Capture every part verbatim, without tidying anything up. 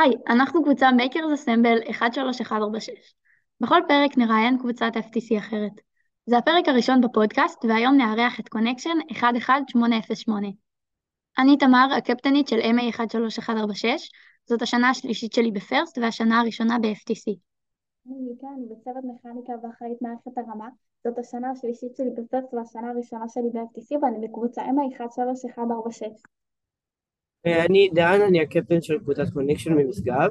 היי, אנחנו קבוצה Makers Assemble אחת שלוש אחת ארבע שש. בכל פרק נראיין קבוצת F T C אחרת. זה הפרק הראשון בפודקאסט, והיום נארח את קונקשן אחת אחת שמונה אפס שמונה. אני תמר, הקפטנית של M A אחת שלוש אחת ארבע שש, זאת השנה השלישית שלי בפרסט והשנה הראשונה ב-F T C. אני מיקה, אני בצוות מכניקה ואחראית מערכת הרמה. זאת השנה השלישית שלי בפרסט והשנה הראשונה שלי ב-F T C, ואני בקבוצה M A אחת שלוש אחת ארבע שש. אני דן, אני הקפטן של קבוצת קונקשן ממשגב,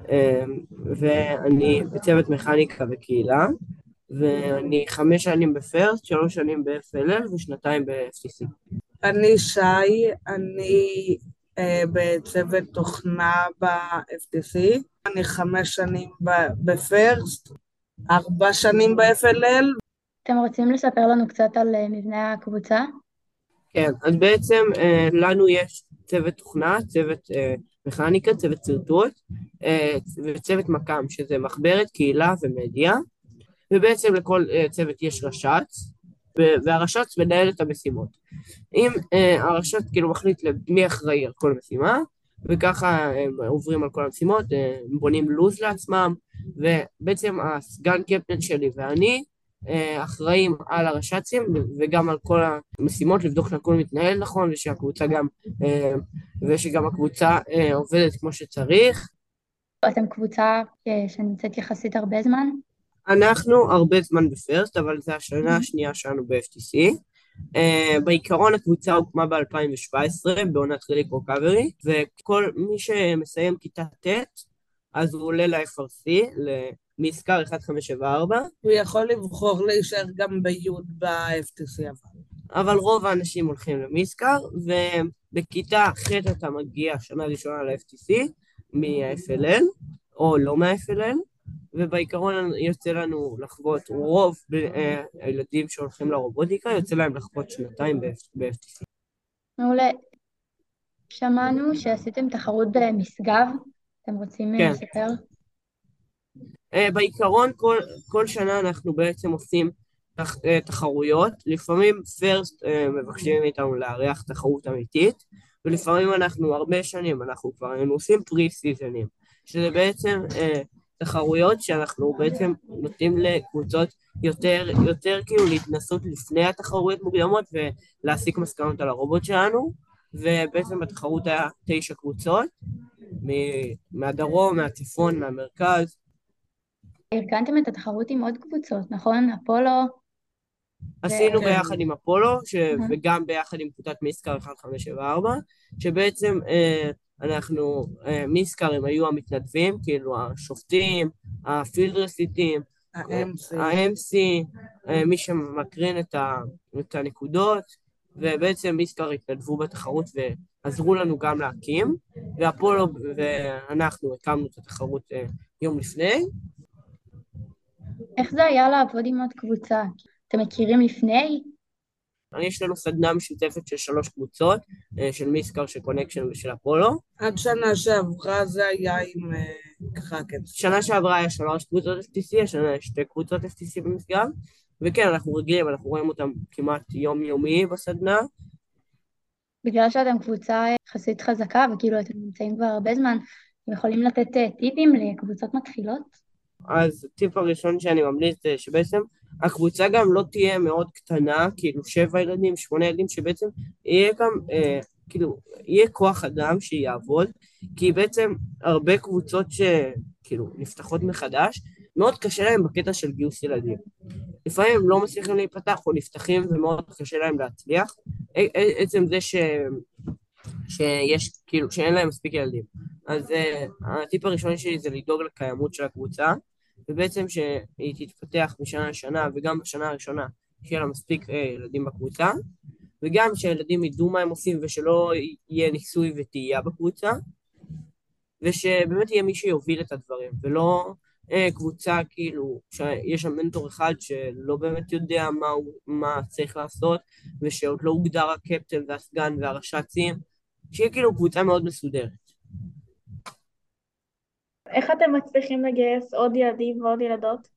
ואני בצוות מכניקה וקהילה, ואני חמש שנים בפרסט, שלוש שנים ב-F L L ושנתיים ב-F T C. אני שי, אני אה, בצוות תוכנה ב-F T C, אני חמש שנים ב- בפרסט, ארבע שנים ב-F L L. אתם רוצים לספר לנו קצת על אה, מבנה הקבוצה? כן, אז בעצם אה, לנו יש צוות תוכנה, צוות אה, מכניקה, צוות סרטוט, אה, וצוות מקם, שזה מחברת, קהילה ומדיה, ובעצם לכל אה, צוות יש רש"צ, ו- והרש"צ מנהל את המשימות. אם אה, הרש"צ כאילו מחליט למי אחראי על כל משימה, וככה הם עוברים על כל המשימות, אה, הם בונים לוז לעצמם, ובעצם הסגן קפטן שלי ואני אה, אחראים על הרש"צים וגם על כל המשימות, לבדוק שהכל מתנהל נכון, ושהקבוצה גם, אה, ושגם הקבוצה אה, עובדת כמו שצריך. אתם קבוצה אה, שנמצאת יחסית הרבה זמן? אנחנו הרבה זמן בפרסט, אבל זו השנה השנייה שלנו ב-F T C. Uh, בעיקרון הקבוצה הוקמה ב-אלפיים שבע עשרה בעונת ריליק רוקאברי, וכל מי שמסיים כיתה ט' אז הוא עולה ל-F R C, למזכר אחת חמש שבע ארבע. הוא יכול לבחור להישאר גם ב-י' ב-F T C אבל. אבל רוב האנשים הולכים למזכר, ובכיתה ח' אתה מגיע שנה ראשונה ל-F T C מ-F L L, או לא מה-F L L, ובעיקרון יוצא לנו לחוות, רוב אה, הילדים שהולכים לרובוטיקה, יוצא להם לחוות שנתיים ב-F T C. מעולה. שמענו שעשיתם תחרות במשגב, אתם רוצים אה, כן. לספר? אה, בעיקרון כל, כל שנה אנחנו בעצם עושים תח, אה, תחרויות, לפעמים פרסט אה, מבקשים מאיתנו לארח תחרות אמיתית, ולפעמים אנחנו הרבה שנים, אנחנו כבר היינו עושים פרי סיזנים, שזה בעצם אה, תחרויות שאנחנו בעצם נותנים לקבוצות יותר, יותר כאילו להתנסות לפני התחרויות מוקדמות ולהסיק מסקנות על הרובוט שלנו, ובעצם בתחרות היה תשע קבוצות, מ- מהדרום, מהצפון, מהמרכז. ארגנתם את התחרות עם עוד קבוצות, נכון? אפולו? עשינו כן. ביחד עם אפולו, ש... Mhm. וגם ביחד עם קבוצת מיסקר אחת חמש שבע ארבע, שבעצם אה, אנחנו, אה, מיסקר הם היו המתנדבים, כאילו השופטים, הפילד רסיטים, ה-M C. ה-M C, אה, מי שמקרין את, ה... את הנקודות, ובעצם מיסקר התנדבו בתחרות ועזרו לנו גם להקים, ואפולו ואנחנו הקמנו את התחרות אה, יום לפני. איך זה היה לעבוד עם עוד קבוצה? אתם מכירים לפני? יש לנו סדנה משותפת של שלוש קבוצות, אה, של מיסקר, של קונקשן ושל אפולו. עד שנה שעברה זה היה עם אה, קראקן. שנה שעברה היה שלוש קבוצות F T C, השנה יש שתי קבוצות F T C במשגב, וכן, אנחנו רגילים, אנחנו רואים אותם כמעט יומיומי בסדנה. בגלל שאתם קבוצה יחסית חזקה וכאילו אתם נמצאים כבר הרבה זמן, אתם יכולים לתת אה, טיפים לקבוצות מתחילות? אז הטיפ הראשון שאני ממליץ זה שבעצם הקבוצה גם לא תהיה מאוד קטנה, כאילו שבע ילדים, שמונה ילדים, שבעצם יהיה גם, אה, כאילו, יהיה כוח אדם שיעבוד, כי בעצם הרבה קבוצות שכאילו נפתחות מחדש, מאוד קשה להם בקטע של גיוס ילדים. לפעמים הם לא מצליחים להיפתח או נפתחים ומאוד קשה להם להצליח, ע- ע- עצם זה ש... שיש, כאילו, שאין להם מספיק ילדים. אז uh, הטיפ הראשון שלי זה לדאוג לקיימות של הקבוצה, ובעצם שהיא תתפתח משנה לשנה, וגם בשנה הראשונה שיהיה לה מספיק uh, ילדים בקבוצה, וגם שהילדים ידעו מה הם עושים, ושלא יהיה ניסוי וטעייה בקבוצה, ושבאמת יהיה מי שיוביל את הדברים, ולא uh, קבוצה כאילו, שיש שם מנטור אחד שלא באמת יודע מה, הוא, מה צריך לעשות, ושעוד לא הוגדר הקפטן והסגן והרש"צים, שיהיה כאילו קבוצה מאוד מסודרת. איך אתם מצליחים לגייס עוד ילדים ועוד ילדות?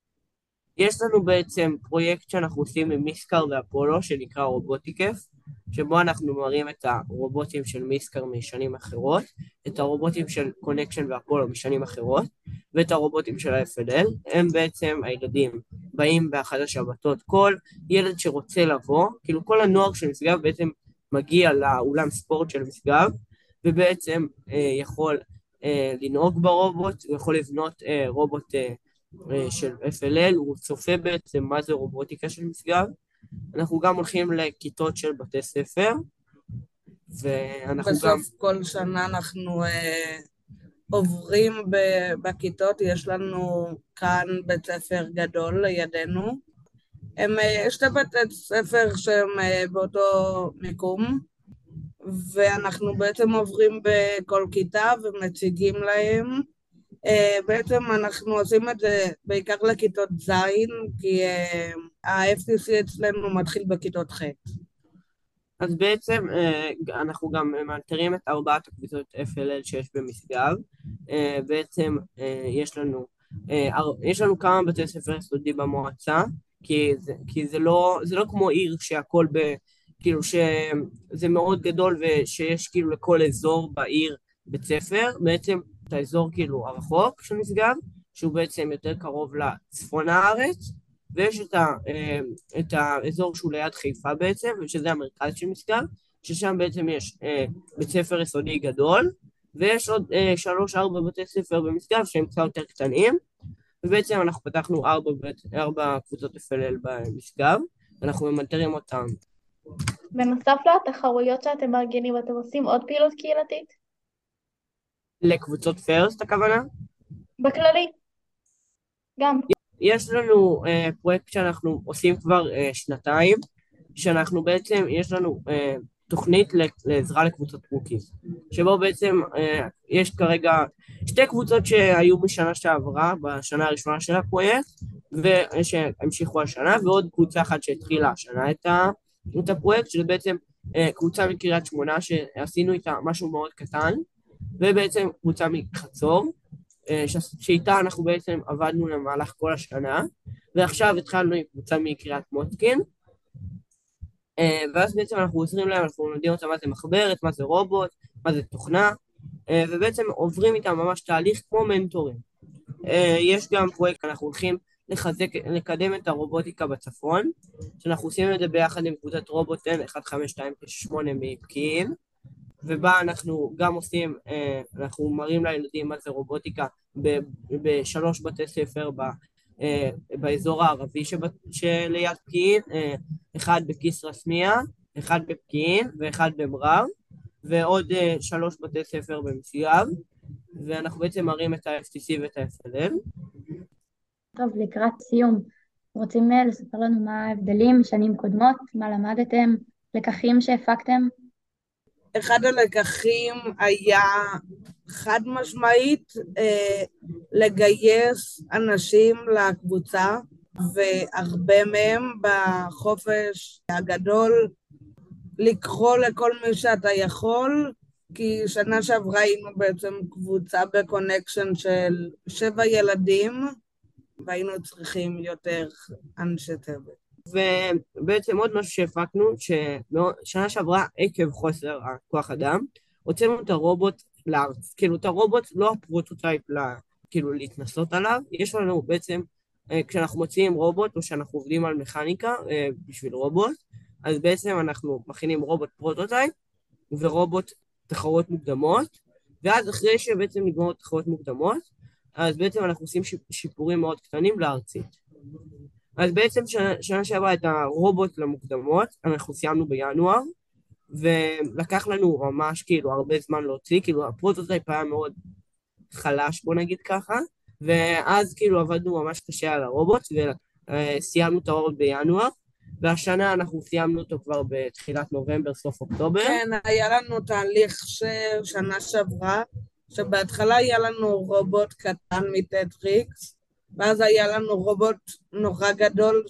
יש לנו בעצם פרויקט שאנחנו עושים עם מיסקר ואפולו, שנקרא רובוטיקף, שבו אנחנו מראים את הרובוטים של מיסקר משנים אחרות, את הרובוטים של קונקשן ואפולו משנים אחרות, ואת הרובוטים של ה-אף אל אל. הם בעצם הילדים באים באחת השבתות, כל ילד שרוצה לבוא, כאילו כל הנוער של משגב בעצם מגיע לאולם ספורט של משגב, ובעצם אה, יכול אה, לנהוג ברובוט, הוא יכול לבנות אה, רובוט אה, אה, של אף אל אל, הוא צופה בעצם מה זה רובוטיקה של משגב. אנחנו גם הולכים לכיתות של בתי ספר, ואנחנו בסוף גם... כל שנה אנחנו אה, עוברים ב- בכיתות, יש לנו כאן בית ספר גדול לידינו. הם אה, שתי בתי ספר שהם אה, באותו מיקום, ואנחנו בעצם עוברים בכל כיתה ומציגים להם. אה, בעצם אנחנו עושים את זה בעיקר לכיתות זין, כי אה, ה-אף טי סי אצלנו מתחיל בכיתות ח'. אז בעצם אה, אנחנו גם מאתרים את ארבעת הקבוצות אף אל אל שיש במשגב. אה, בעצם אה, יש לנו, אה, אר- יש לנו כמה בתי ספר יסודי במועצה, כי זה, כי זה לא, זה לא כמו עיר שהכל ב... כאילו שזה מאוד גדול ושיש כאילו לכל אזור בעיר בית ספר, בעצם את האזור כאילו הרחוק של משגב, שהוא בעצם יותר קרוב לצפון הארץ, ויש את, ה, אה, את האזור שהוא ליד חיפה בעצם, שזה המרכז של משגב, ששם בעצם יש אה, בית ספר יסודי גדול, ויש עוד אה, שלוש ארבע בתי ספר במשגב שהם קצת יותר קטנים, ובעצם אנחנו פתחנו ארבע, בית, ארבע קבוצות אף אל אל במשגב, ואנחנו ממנטרים אותם. בנוסף לתחרויות שאתם מארגנים, אתם עושים עוד פעילות קהילתית? לקבוצות פרסט הכוונה? בכללי. גם. יש לנו אה, פרויקט שאנחנו עושים כבר אה, שנתיים, שאנחנו בעצם, יש לנו אה, תוכנית לעזרה לקבוצות רוקיז, שבו בעצם אה, יש כרגע שתי קבוצות שהיו בשנה שעברה, בשנה הראשונה של הפרויקט, ושהמשיכו השנה, ועוד קבוצה אחת שהתחילה השנה את, ה, את הפרויקט, שזה בעצם אה, קבוצה מקריית שמונה, שעשינו איתה משהו מאוד קטן, ובעצם קבוצה מחצור, שאיתה אנחנו בעצם עבדנו למהלך כל השנה, ועכשיו התחלנו עם קבוצה מקריית מוצקין, ואז בעצם אנחנו עוזרים להם, אנחנו לומדים אותם מה זה מחברת, מה זה רובוט, מה זה תוכנה, ובעצם עוברים איתם ממש תהליך כמו מנטורים. יש גם פרויקט, אנחנו הולכים לחזק, לקדם את הרובוטיקה בצפון, שאנחנו עושים את זה ביחד עם קבוצת רובוטן אחת חמש שתיים שמונה מפקיעין, ובה אנחנו גם עושים, אנחנו מראים לילדים מה זה רובוטיקה בשלוש בתי ספר באזור הערבי שליד פקיעין, אחד בכסרא סמיע, אחד בפקיעין ואחד במרר, ועוד שלוש בתי ספר במשגב, ואנחנו בעצם מראים את ה-אף טי סי ואת ה-אף אל אל. טוב, לקראת סיום, רוצים לספר לנו מה ההבדלים משנים קודמות, מה למדתם, לקחים שהפקתם? אחד הלקחים היה חד משמעית אה, לגייס אנשים לקבוצה, והרבה מהם בחופש הגדול לקרוא לכל מי שאתה יכול, כי שנה שעברה היינו בעצם קבוצה בקונקשן של שבע ילדים, והיינו צריכים יותר אנשי צוות. ובעצם עוד משהו שהפקנו, ששנה שעברה עקב חוסר כוח אדם, הוצאנו את הרובוט לארץ, כאילו את הרובוט לא הפרוטוטייפ לה, כאילו להתנסות עליו, יש לנו בעצם, כשאנחנו מוציאים רובוט או שאנחנו עובדים על מכניקה בשביל רובוט, אז בעצם אנחנו מכינים רובוט פרוטוטייפ ורובוט תחרות מוקדמות, ואז אחרי שבעצם נגמרות תחרות מוקדמות, אז בעצם אנחנו עושים שיפורים מאוד קטנים לארצית. אז בעצם שנה, שנה שעברה את הרובוט למוקדמות, אנחנו סיימנו בינואר, ולקח לנו ממש כאילו הרבה זמן להוציא, כאילו הפרוטוטייפ היה מאוד חלש, בוא נגיד ככה, ואז כאילו עבדנו ממש קשה על הרובוט, וסיימנו את הרובוט בינואר, והשנה אנחנו סיימנו אותו כבר בתחילת נובמבר, סוף אוקטובר. כן, היה לנו תהליך ששנה שעברה, שבהתחלה היה לנו רובוט קטן מטטריקס, ואז היה לנו רובוט נורא גדול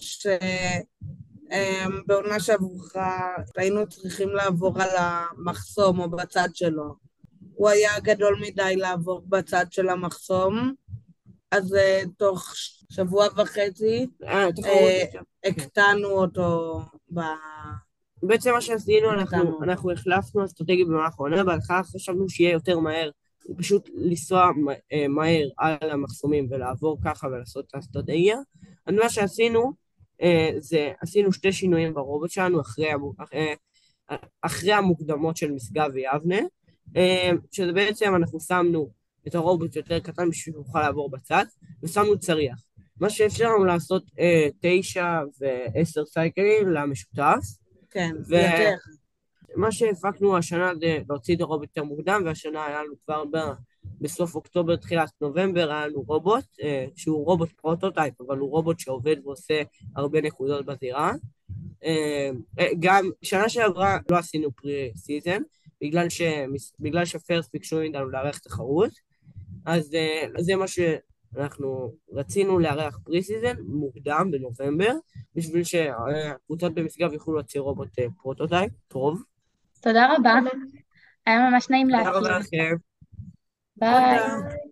שבעונה שעברה היינו צריכים לעבור על המחסום או בצד שלו. הוא היה גדול מדי לעבור בצד של המחסום, אז תוך שבוע וחצי הקטנו אותו בעצם מה שעשינו, אנחנו, אותנו. אנחנו החלפנו אסטרטגיה במהלך העונה, בהתחלה חשבנו שיהיה יותר מהר, פשוט לנסוע אה, מהר על המחסומים ולעבור ככה ולעשות את האסטרטגיה. אז מה שעשינו, אה, זה עשינו שתי שינויים ברובוט שלנו אחרי, המו- אחרי, אחרי המוקדמות של משגב ויבנה, אה, שזה בעצם אנחנו שמנו את הרובוט יותר קטן בשביל שנוכל לעבור בצד, ושמנו צריח. מה שאפשר לנו לעשות אה, תשע ועשר סייקלים למשותף, כן, ו- יותר. מה שהפקנו השנה זה להוציא את הרובוט יותר מוקדם, והשנה היה לנו כבר ב- בסוף אוקטובר, תחילת נובמבר, היה לנו רובוט, אה, שהוא רובוט פרוטוטייפ, אבל הוא רובוט שעובד ועושה הרבה נקודות בזירה. אה, אה, גם שנה שעברה לא עשינו פרי סיזן, בגלל, ש... בגלל שפרסט ביקשו מאיתנו לארח תחרות, אז אה, זה מה שאנחנו רצינו לארח פרי סיזן מוקדם בנובמבר, בשביל שהקבוצות במשגב יוכלו להוציא רובוט אה, פרוטוטייפ טוב. תודה רבה, היה ממש נעים תודה להכיר. רבה לכם. ביי. תודה.